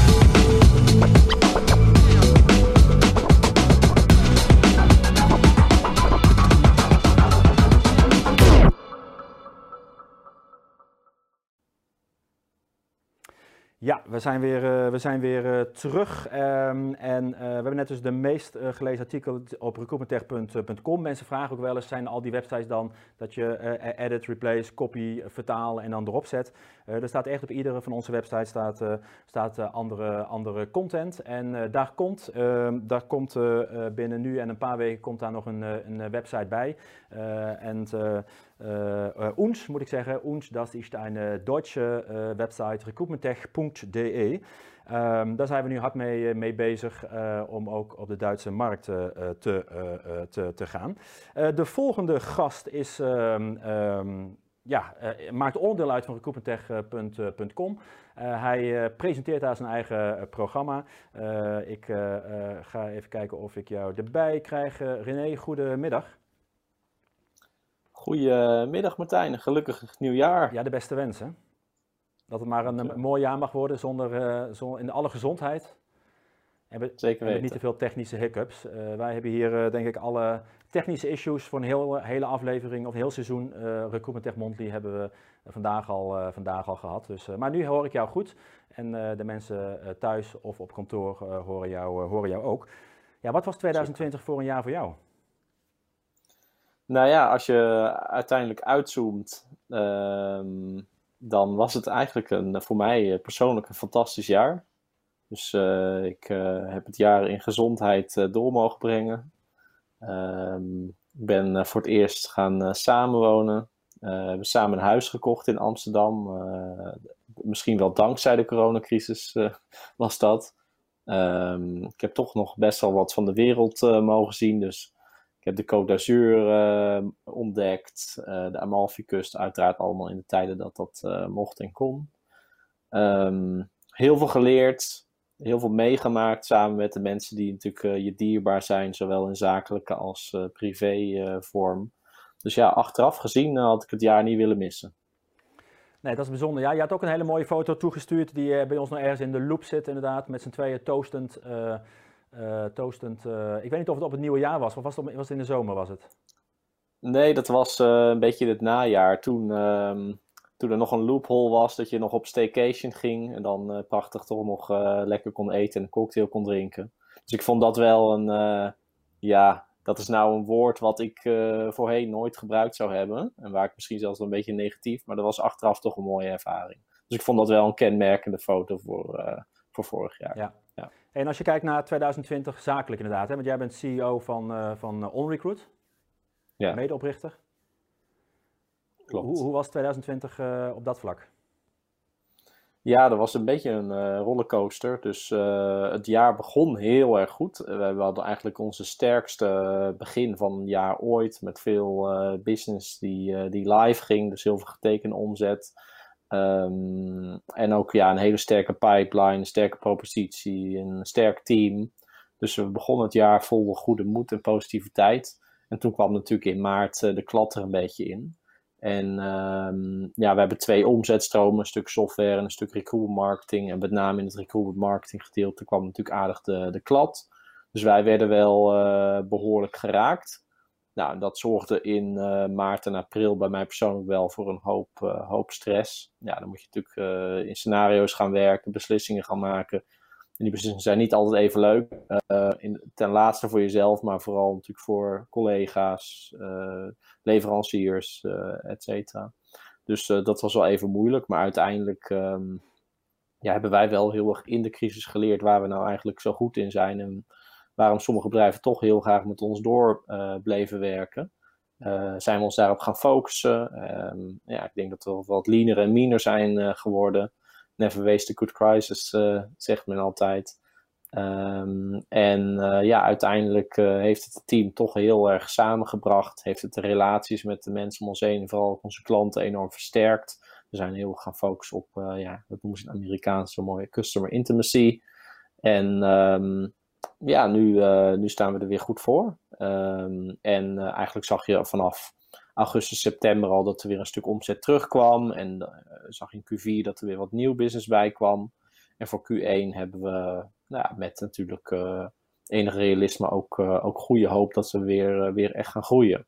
Ja, we zijn weer, uh, we zijn weer uh, terug um, en uh, we hebben net dus de meest uh, gelezen artikel op recruitmenttech punt com. Mensen vragen ook wel eens, zijn al die websites dan dat je uh, edit, replace, copy, vertaal en dan erop zet. Uh, er staat echt op iedere van onze websites staat, uh, staat uh, andere, andere content en uh, daar komt, uh, daar komt uh, binnen nu en een paar weken komt daar nog een, een website bij. Uh, en uh, Uh, uh, uns, moet ik zeggen, uns, dat is een Duitse uh, website, recruitmenttech punt d e. Um, daar zijn we nu hard mee, mee bezig uh, om ook op de Duitse markt uh, te, uh, te, te gaan. Uh, de volgende gast is, um, um, ja, uh, maakt onderdeel uit van recruitmenttech punt com. Uh, hij uh, presenteert daar zijn eigen uh, programma. Uh, ik uh, uh, ga even kijken of ik jou erbij krijg. Uh, René, goedemiddag. Goedemiddag Martijn, gelukkig nieuwjaar. Ja, de beste wensen. Dat het maar een, een mooi jaar mag worden zonder, uh, zonder in alle gezondheid. En we, Zeker weten. En niet te veel technische hiccups. Uh, wij hebben hier uh, denk ik alle technische issues voor een heel, hele aflevering of een heel seizoen uh, RecruitmentTech Monthly hebben we vandaag al, uh, vandaag al gehad. Dus, uh, maar nu hoor ik jou goed en uh, de mensen uh, thuis of op kantoor uh, horen, jou, uh, horen jou ook. Ja, wat was twintig twintig Super. Voor een jaar voor jou? Nou ja, als je uiteindelijk uitzoomt, um, dan was het eigenlijk een, voor mij persoonlijk een fantastisch jaar. Dus uh, ik uh, heb het jaar in gezondheid uh, door mogen brengen. Ik um, ben uh, voor het eerst gaan uh, samenwonen. Uh, we hebben samen een huis gekocht in Amsterdam. Uh, misschien wel dankzij de coronacrisis uh, was dat. Um, ik heb toch nog best wel wat van de wereld uh, mogen zien, dus... Ik heb de Côte d'Azur uh, ontdekt, uh, de Amalfi-kust uiteraard allemaal in de tijden dat dat uh, mocht en kon. Um, heel veel geleerd, heel veel meegemaakt samen met de mensen die natuurlijk uh, je dierbaar zijn, zowel in zakelijke als uh, privé uh, vorm. Dus ja, achteraf gezien uh, had ik het jaar niet willen missen. Nee, dat is bijzonder. Ja, je had ook een hele mooie foto toegestuurd die uh, bij ons nog ergens in de loop zit inderdaad, met z'n tweeën toastend. Uh, uh, toastend uh, ik weet niet of het op het nieuwe jaar was, of was het, op, was het in de zomer was het? Nee, dat was uh, een beetje in het najaar, toen, uh, toen er nog een loophole was dat je nog op staycation ging en dan uh, prachtig toch nog uh, lekker kon eten en een cocktail kon drinken. Dus ik vond dat wel een, uh, ja, dat is nou een woord wat ik uh, voorheen nooit gebruikt zou hebben. En waar ik misschien zelfs een beetje negatief, maar dat was achteraf toch een mooie ervaring. Dus ik vond dat wel een kenmerkende foto voor, uh, voor vorig jaar. Ja. Ja. En als je kijkt naar twintig twintig zakelijk inderdaad, hè, want jij bent C E O van, uh, van OnRecruit, ja. medeoprichter. Klopt. Hoe, hoe was twintig twintig uh, op dat vlak? Ja, dat was een beetje een uh, rollercoaster. Dus uh, het jaar begon heel erg goed. Uh, we hadden eigenlijk onze sterkste uh, begin van het jaar ooit. Met veel uh, business die, uh, die live ging. Dus heel veel getekende omzet. Um, en ook ja, een hele sterke pipeline, een sterke propositie, een sterk team. Dus we begonnen het jaar vol goede moed en positiviteit. En toen kwam natuurlijk in maart uh, de klad er een beetje in. En um, ja, we hebben twee omzetstromen, een stuk software en een stuk recruitment marketing. En met name in het recruitment marketing gedeelte kwam natuurlijk aardig de, de klad. Dus wij werden wel uh, behoorlijk geraakt. Nou, dat zorgde in uh, maart en april bij mij persoonlijk wel voor een hoop, uh, hoop stress. Ja, dan moet je natuurlijk uh, in scenario's gaan werken, beslissingen gaan maken. En die beslissingen zijn niet altijd even leuk. Uh, in, ten laatste voor jezelf, maar vooral natuurlijk voor collega's, uh, leveranciers, uh, et cetera. Dus uh, dat was wel even moeilijk. Maar uiteindelijk um, ja, hebben wij wel heel erg in de crisis geleerd waar we nou eigenlijk zo goed in zijn. En waarom sommige bedrijven toch heel graag met ons door uh, bleven werken. Uh, zijn we ons daarop gaan focussen. Um, ja, ik denk dat we wat leaner en meaner zijn uh, geworden. Never waste a good crisis, uh, zegt men altijd. Um, en uh, ja, uiteindelijk uh, heeft het team toch heel erg samengebracht. Heeft het de relaties met de mensen om ons heen, vooral onze klanten, enorm versterkt. We zijn heel erg gaan focussen op, uh, ja, dat noemen ze in het Amerikaans zo mooi, customer intimacy. En um, ja, nu, uh, nu staan we er weer goed voor. Um, en uh, eigenlijk zag je vanaf augustus, september al dat er weer een stuk omzet terugkwam. En uh, zag je in Q vier dat er weer wat nieuw business bij kwam. En voor Q één hebben we nou, met natuurlijk uh, enig realisme ook, uh, ook goede hoop dat we weer, uh, weer echt gaan groeien.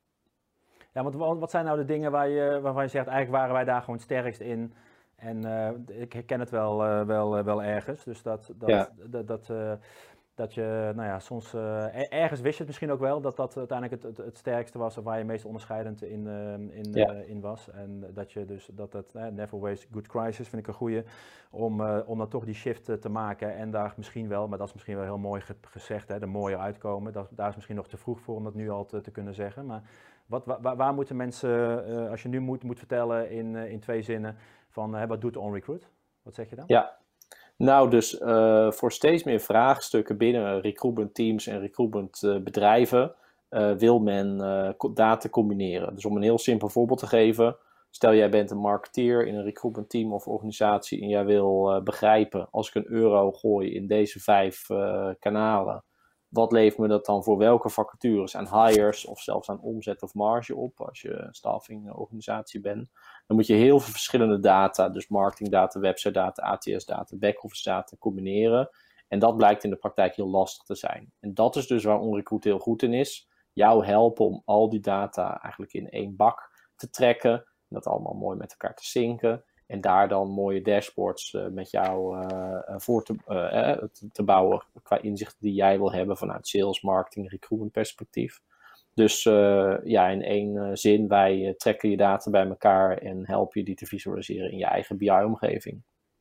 Ja, want wat zijn nou de dingen waar je, waarvan je zegt, eigenlijk waren wij daar gewoon sterkst in. En uh, ik herken het wel, uh, wel, uh, wel ergens. Dus dat, dat, ja. dat, dat, uh, dat je, nou ja, soms, uh, ergens wist je het misschien ook wel, dat dat uiteindelijk het, het, het sterkste was, of waar je meest onderscheidend in, uh, in, ja. uh, in was. En dat je dus, dat dat, uh, never waste good crisis, vind ik een goeie, om, uh, om dan toch die shift uh, te maken. En daar misschien wel, maar dat is misschien wel heel mooi ge gezegd, hè, er mooier uitkomen. Dat, daar is misschien nog te vroeg voor om dat nu al te, te kunnen zeggen. Maar wat, waar, waar moeten mensen, uh, als je nu moet, moet vertellen in, uh, in twee zinnen, van uh, wat doet OnRecruit? Wat zeg je dan? Ja. Nou, dus uh, voor steeds meer vraagstukken binnen recruitment teams en recruitment uh, bedrijven uh, wil men uh, data combineren. Dus om een heel simpel voorbeeld te geven, stel jij bent een marketeer in een recruitment team of organisatie en jij wil uh, begrijpen, als ik een euro gooi in deze vijf uh, kanalen, wat levert me dat dan voor welke vacatures aan hires of zelfs aan omzet of marge op als je een staffingorganisatie bent. Dan moet je heel veel verschillende data, dus marketingdata, website data, A T S data, back-office data combineren. En dat blijkt in de praktijk heel lastig te zijn. En dat is dus waar OnRecruit heel goed in is. Jou helpen om al die data eigenlijk in één bak te trekken. En dat allemaal mooi met elkaar te synken. En daar dan mooie dashboards uh, met jou uh, voor te, uh, te bouwen qua inzichten die jij wil hebben vanuit sales, marketing, recruitment perspectief. Dus uh, ja, in één uh, zin, wij uh, trekken je data bij elkaar en helpen je die te visualiseren in je eigen B I-omgeving.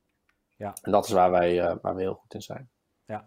Ja. En dat is waar wij, uh, waar we heel goed in zijn. Ja.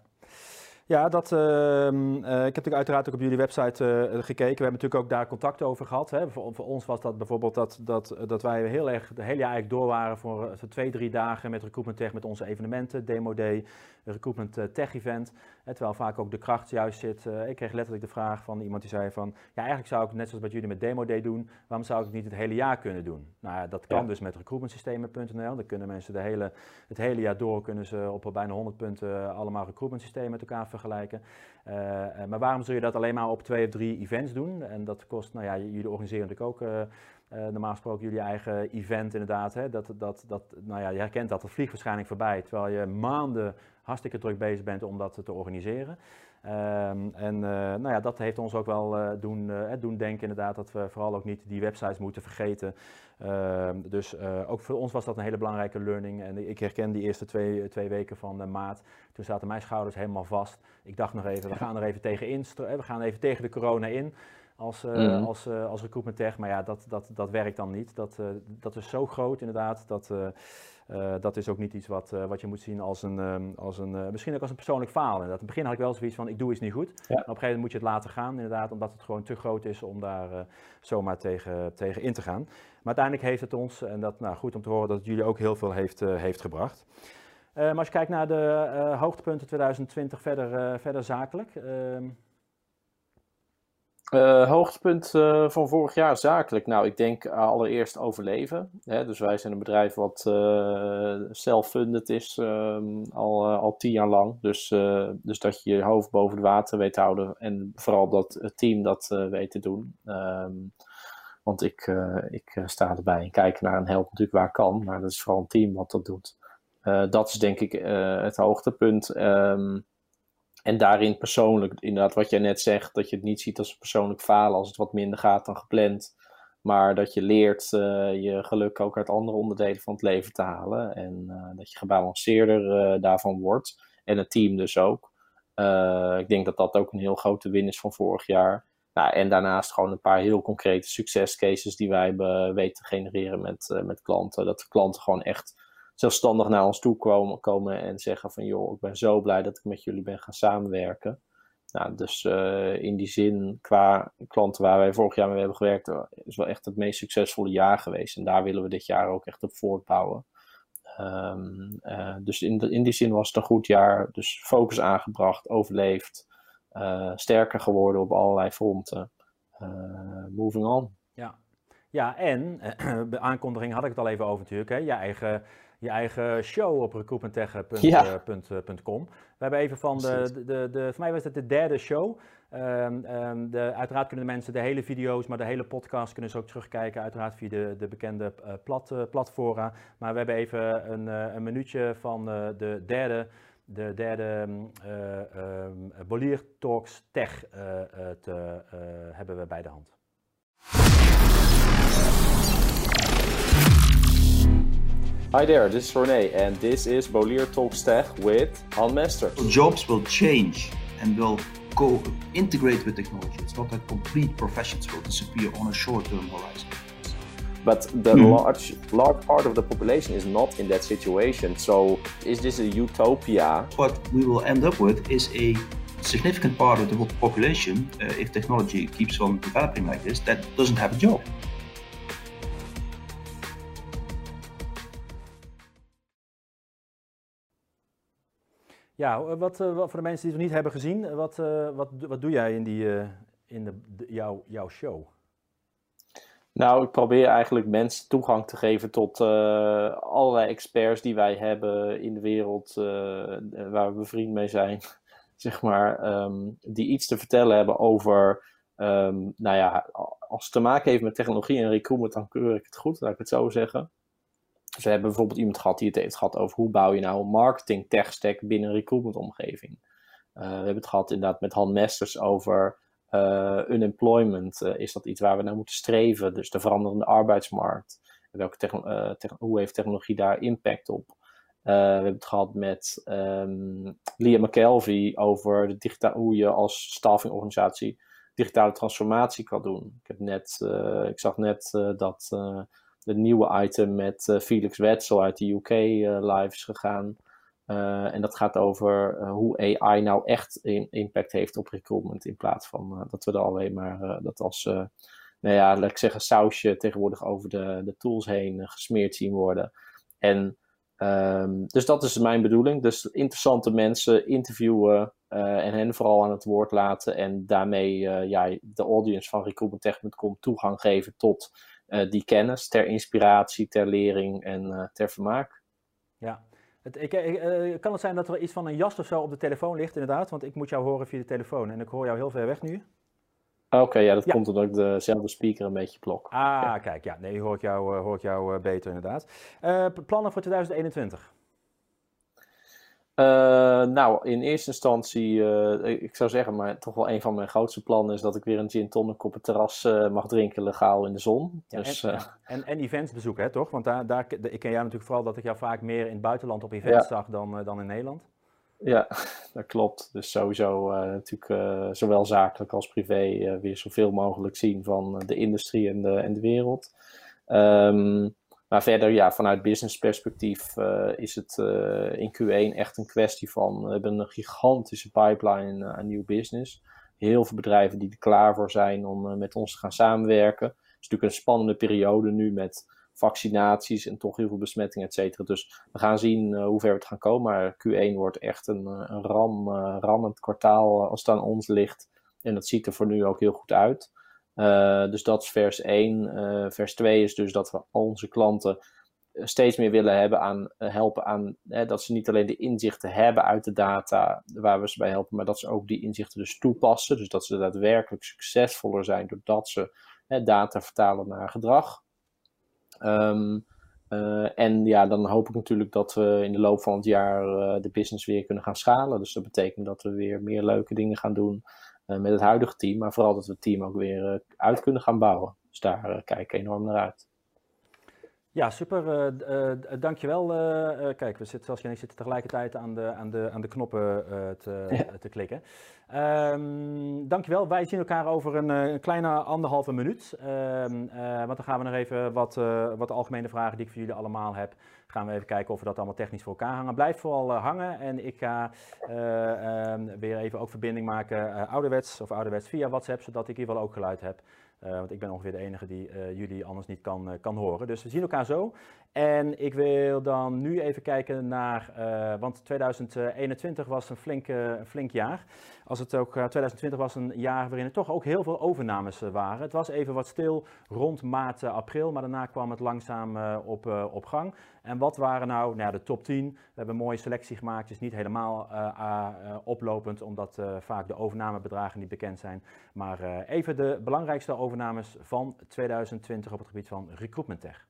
Ja, dat, uh, uh, ik heb natuurlijk uiteraard ook op jullie website uh, gekeken. We hebben natuurlijk ook daar contact over gehad. Hè. Voor, voor ons was dat bijvoorbeeld dat, dat, dat wij heel erg het hele jaar eigenlijk door waren voor, voor twee, drie dagen met Recruitment Tech, met onze evenementen, Demo Day, Recruitment Tech Event. Uh, terwijl vaak ook de kracht juist zit. Uh, ik kreeg letterlijk de vraag van iemand die zei van, ja eigenlijk zou ik net zoals wat jullie met Demo Day doen, waarom zou ik het niet het hele jaar kunnen doen? Nou ja, dat kan ja. dus met recruitmentsystemen punt n l. Dan kunnen mensen de hele, het hele jaar door kunnen ze op bijna honderd punten allemaal recruitmentsystemen met elkaar vergelijken. Uh, uh, maar waarom zul je dat alleen maar op twee of drie events doen? En dat kost, nou ja, jullie organiseren natuurlijk ook uh, uh, normaal gesproken jullie eigen event inderdaad. Hè? Dat, dat, dat, nou ja, je herkent dat, dat vliegt waarschijnlijk voorbij, terwijl je maanden hartstikke druk bezig bent om dat te organiseren. Um, en uh, nou ja, dat heeft ons ook wel uh, doen, uh, doen denken inderdaad dat we vooral ook niet die websites moeten vergeten. Uh, dus uh, ook voor ons was dat een hele belangrijke learning. En ik herken die eerste twee, twee weken van uh, maart. Toen zaten mijn schouders helemaal vast. Ik dacht nog even, we gaan er even tegen in, we gaan even tegen de corona in. Als, uh, mm. als, uh, als recruitment tech, maar ja, dat, dat, dat werkt dan niet. Dat, uh, dat is zo groot inderdaad, dat, uh, uh, dat is ook niet iets wat, uh, wat je moet zien als een, um, als een uh, misschien ook als een persoonlijk faal. Inderdaad. In het begin had ik wel zoiets van, ik doe iets niet goed. Ja. Maar op een gegeven moment moet je het laten gaan, inderdaad, omdat het gewoon te groot is om daar uh, zomaar tegen, tegen in te gaan. Maar uiteindelijk heeft het ons, en dat nou goed om te horen dat het jullie ook heel veel heeft, uh, heeft gebracht. Uh, maar als je kijkt naar de uh, hoogtepunten twintig twintig verder, uh, verder zakelijk... Uh, Uh, hoogtepunt uh, van vorig jaar zakelijk. Nou, ik denk uh, allereerst overleven. Hè? Dus wij zijn een bedrijf wat uh, self-funded is um, al, uh, al tien jaar lang. Dus, uh, dus dat je je hoofd boven het water weet te houden. En vooral dat het team dat uh, weet te doen. Um, want ik, uh, ik uh, sta erbij en kijk naar een help natuurlijk waar kan. Maar dat is vooral een team wat dat doet. Uh, dat is denk ik uh, het hoogtepunt. Um, En daarin persoonlijk, inderdaad wat jij net zegt, dat je het niet ziet als een persoonlijk falen als het wat minder gaat dan gepland. Maar dat je leert uh, je geluk ook uit andere onderdelen van het leven te halen. En uh, dat je gebalanceerder uh, daarvan wordt. En het team dus ook. Uh, ik denk dat dat ook een heel grote win is van vorig jaar. Nou, en daarnaast gewoon een paar heel concrete succescases die wij hebben weten te genereren met, uh, met klanten. Dat de klanten gewoon echt zelfstandig naar ons toe komen, komen en zeggen van joh, ik ben zo blij dat ik met jullie ben gaan samenwerken. Nou, dus uh, in die zin, qua klanten waar wij vorig jaar mee hebben gewerkt, is wel echt het meest succesvolle jaar geweest. En daar willen we dit jaar ook echt op voortbouwen. Um, uh, dus in, de, in die zin was het een goed jaar. Dus focus aangebracht, overleefd, uh, sterker geworden op allerlei fronten. Uh, moving on. Ja, ja en uh, de aankondiging had ik het al even over natuurlijk, hè? Je eigen... Je eigen show op recruitment tech punt com. Ja. We hebben even van de, de, de, de, voor mij was het de derde show. Um, um, de, uiteraard kunnen de mensen de hele video's, maar de hele podcast kunnen ze ook terugkijken. Uiteraard via de, de bekende uh, plat, uh, platforma. Maar we hebben even een, uh, een minuutje van uh, de derde, de derde uh, um, Bolier Talks Tech uh, uh, te, uh, hebben we bij de hand. Hi there, this is René and this is Bolier Talks Tech with Han Mester. Jobs will change and will co integrate with technology. It's not that complete professions will disappear on a short-term horizon. But the mm-hmm. large large part of the population is not in that situation. So is this a utopia? What we will end up with is a significant part of the population, uh, if technology keeps on developing like this, that doesn't have a job. Ja, wat, uh, wat voor de mensen die het nog niet hebben gezien, wat, uh, wat, wat doe jij in, die, uh, in de, de, jouw, jouw show? Nou, ik probeer eigenlijk mensen toegang te geven tot uh, allerlei experts die wij hebben in de wereld, uh, waar we bevriend mee zijn, zeg maar, um, die iets te vertellen hebben over, um, nou ja, als het te maken heeft met technologie en recruitment, dan keur ik het goed, laat ik het zo zeggen. Dus we hebben bijvoorbeeld iemand gehad die het heeft gehad over hoe bouw je nou een marketing tech stack binnen een recruitment omgeving. Uh, we hebben het gehad inderdaad met Han Mesters over uh, unemployment. Uh, is dat iets waar we naar moeten streven? Dus de veranderende arbeidsmarkt. Welke techn- uh, te- hoe heeft technologie daar impact op? Uh, we hebben het gehad met um, Liam McKelvey over de digita- hoe je als staffingorganisatie digitale transformatie kan doen. Ik, heb net, uh, ik zag net uh, dat... Uh, Het nieuwe item met uh, Felix Wetzel uit de U K uh, live is gegaan. Uh, en dat gaat over uh, hoe A I nou echt in, impact heeft op recruitment. In plaats van uh, dat we er alleen maar uh, dat als, uh, nou ja, laat ik zeggen, sausje tegenwoordig over de, de tools heen uh, gesmeerd zien worden. En Um, dus dat is mijn bedoeling. Dus interessante mensen interviewen uh, en hen vooral aan het woord laten. En daarmee uh, ja, de audience van recruitment tech punt com toegang geven tot uh, die kennis. Ter inspiratie, ter lering en uh, ter vermaak. Ja. Het, ik, ik, uh, kan het zijn dat er iets van een jas of zo op de telefoon ligt inderdaad? Want ik moet jou horen via de telefoon en ik hoor jou heel ver weg nu. Oké, okay, ja, dat ja. komt omdat ik dezelfde speaker een beetje blok. Ah, ja. Kijk, ja, nee, hoor ik jou, uh, hoor ik jou uh, beter inderdaad. Uh, plannen voor twintig eenentwintig? Uh, nou, in eerste instantie, uh, ik zou zeggen, maar toch wel een van mijn grootste plannen is dat ik weer een gin tonic op het terras uh, mag drinken, legaal in de zon. Ja, dus, en, uh, en, en events bezoeken, hè, toch? Want daar, daar, ik ken jou natuurlijk vooral dat ik jou vaak meer in het buitenland op events ja. zag dan, uh, dan in Nederland. Ja, dat klopt. Dus sowieso uh, natuurlijk uh, zowel zakelijk als privé uh, weer zoveel mogelijk zien van de industrie en de, en de wereld. Um, maar verder, ja, vanuit business perspectief uh, is het uh, in Q één echt een kwestie van, we hebben een gigantische pipeline uh, aan nieuw business. Heel veel bedrijven die er klaar voor zijn om uh, met ons te gaan samenwerken. Het is natuurlijk een spannende periode nu met vaccinaties en toch heel veel besmettingen, et cetera. Dus we gaan zien uh, hoe ver we het gaan komen. Maar Q één wordt echt een, een ram, uh, rammend kwartaal uh, als het aan ons ligt. En dat ziet er voor nu ook heel goed uit. Uh, dus dat is vers één. Uh, vers twee is dus dat we al onze klanten steeds meer willen hebben aan, uh, helpen aan, hè, dat ze niet alleen de inzichten hebben uit de data waar we ze bij helpen, maar dat ze ook die inzichten dus toepassen. Dus dat ze daadwerkelijk succesvoller zijn doordat ze hè, data vertalen naar gedrag. Um, uh, en ja, dan hoop ik natuurlijk dat we in de loop van het jaar uh, de business weer kunnen gaan schalen. Dus dat betekent dat we weer meer leuke dingen gaan doen uh, met het huidige team. Maar vooral dat we het team ook weer uh, uit kunnen gaan bouwen. Dus daar uh, kijk ik enorm naar uit. Ja, super. Uh, uh, dankjewel. Uh, uh, kijk, we zitten, zoals je en ik zitten tegelijkertijd aan de, aan de, aan de knoppen uh, te, ja. te klikken. Um, dankjewel. Wij zien elkaar over een, een kleine anderhalve minuut. Um, uh, want dan gaan we nog even wat, uh, wat algemene vragen die ik voor jullie allemaal heb. Gaan we even kijken of we dat allemaal technisch voor elkaar hangen. Blijf vooral uh, hangen en ik ga uh, um, weer even ook verbinding maken uh, ouderwets of ouderwets via WhatsApp, zodat ik in ieder geval ook geluid heb. Uh, want ik ben ongeveer de enige die uh, jullie anders niet kan, uh, kan horen. Dus we zien elkaar zo. En ik wil dan nu even kijken naar, uh, want twintig eenentwintig was een flink, uh, een flink jaar. Als het ook uh, twintig twintig was een jaar waarin er toch ook heel veel overnames uh, waren. Het was even wat stil rond maart, uh, april, maar daarna kwam het langzaam uh, op, uh, op gang. En wat waren nou, nou ja, de top tien? We hebben een mooie selectie gemaakt, dus niet helemaal uh, uh, uh, oplopend, omdat uh, vaak de overnamebedragen niet bekend zijn. Maar uh, even de belangrijkste overnames van twintig twintig op het gebied van recruitment tech.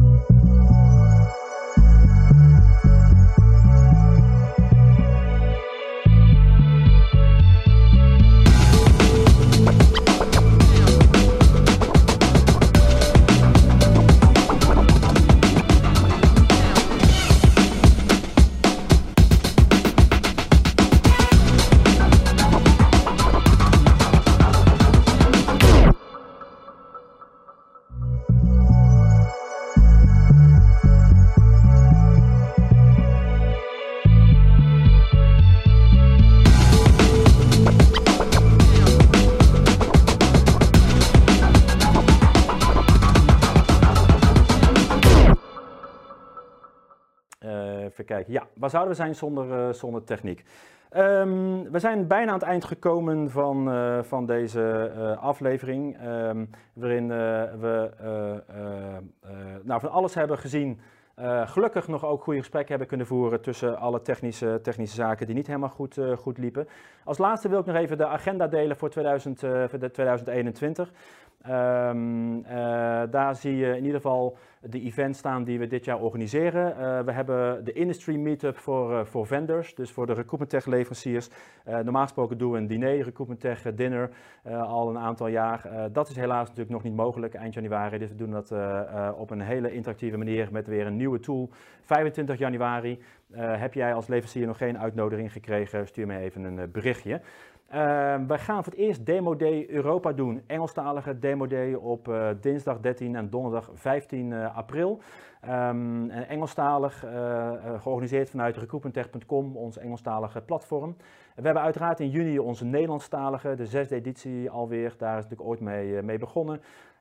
Even kijken. Ja, waar zouden we zijn zonder, uh, zonder techniek? Um, we zijn bijna aan het eind gekomen van, uh, van deze uh, aflevering, um, waarin uh, we uh, uh, uh, nou, van alles hebben gezien. Uh, gelukkig nog ook goede gesprekken hebben kunnen voeren tussen alle technische, technische zaken die niet helemaal goed, uh, goed liepen. Als laatste wil ik nog even de agenda delen voor, twintig, uh, voor de twintig eenentwintig. Um, uh, daar zie je in ieder geval de events staan die we dit jaar organiseren. Uh, we hebben de industry meetup voor, uh, voor vendors, dus voor de recruitment tech leveranciers. Uh, normaal gesproken doen we een diner, recruitment tech dinner, uh, al een aantal jaar. Uh, dat is helaas natuurlijk nog niet mogelijk eind januari, dus we doen dat uh, uh, op een hele interactieve manier met weer een nieuwe tool. vijfentwintig januari. Uh, heb jij als leverancier nog geen uitnodiging gekregen, stuur me even een uh, berichtje. Uh, wij gaan voor het eerst Demo Day Europa doen, Engelstalige Demo Day op uh, dinsdag dertien en donderdag vijftien april. Um, Engelstalig, uh, uh, georganiseerd vanuit recruitment tech punt com, ons Engelstalige platform. We hebben uiteraard in juni onze Nederlandstalige, de zesde editie alweer, daar is natuurlijk ooit mee, uh, mee begonnen.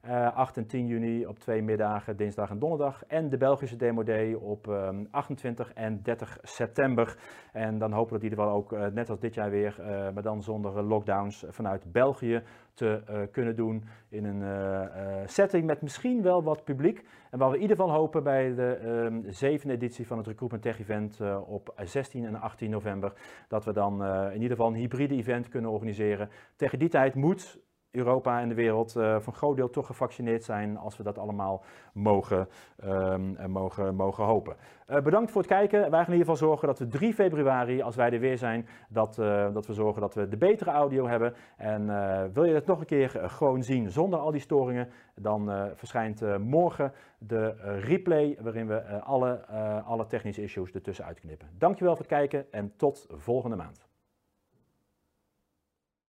uh, acht en tien juni op twee middagen, dinsdag en donderdag. En de Belgische Demo Day op um, achtentwintig en dertig september. En dan hopen we dat die er wel ook, uh, net als dit jaar weer, uh, maar dan zonder uh, lockdowns, vanuit België te uh, kunnen doen. In een uh, uh, setting met misschien wel wat publiek. En waar we in ieder geval hopen bij de um, zevende editie van het Recruitment Tech Event uh, op zestien en achttien november. Dat we dan uh, in ieder geval een hybride event kunnen organiseren. Tegen die tijd moet Europa en de wereld uh, voor een groot deel toch gevaccineerd zijn, als we dat allemaal mogen, um, mogen, mogen hopen. Uh, bedankt voor het kijken. Wij gaan in ieder geval zorgen dat we drie februari, als wij er weer zijn, dat, uh, dat we zorgen dat we de betere audio hebben. En uh, wil je het nog een keer uh, gewoon zien zonder al die storingen, dan uh, verschijnt uh, morgen de uh, replay waarin we uh, alle, uh, alle technische issues ertussen uitknippen. Dankjewel voor het kijken en tot volgende maand.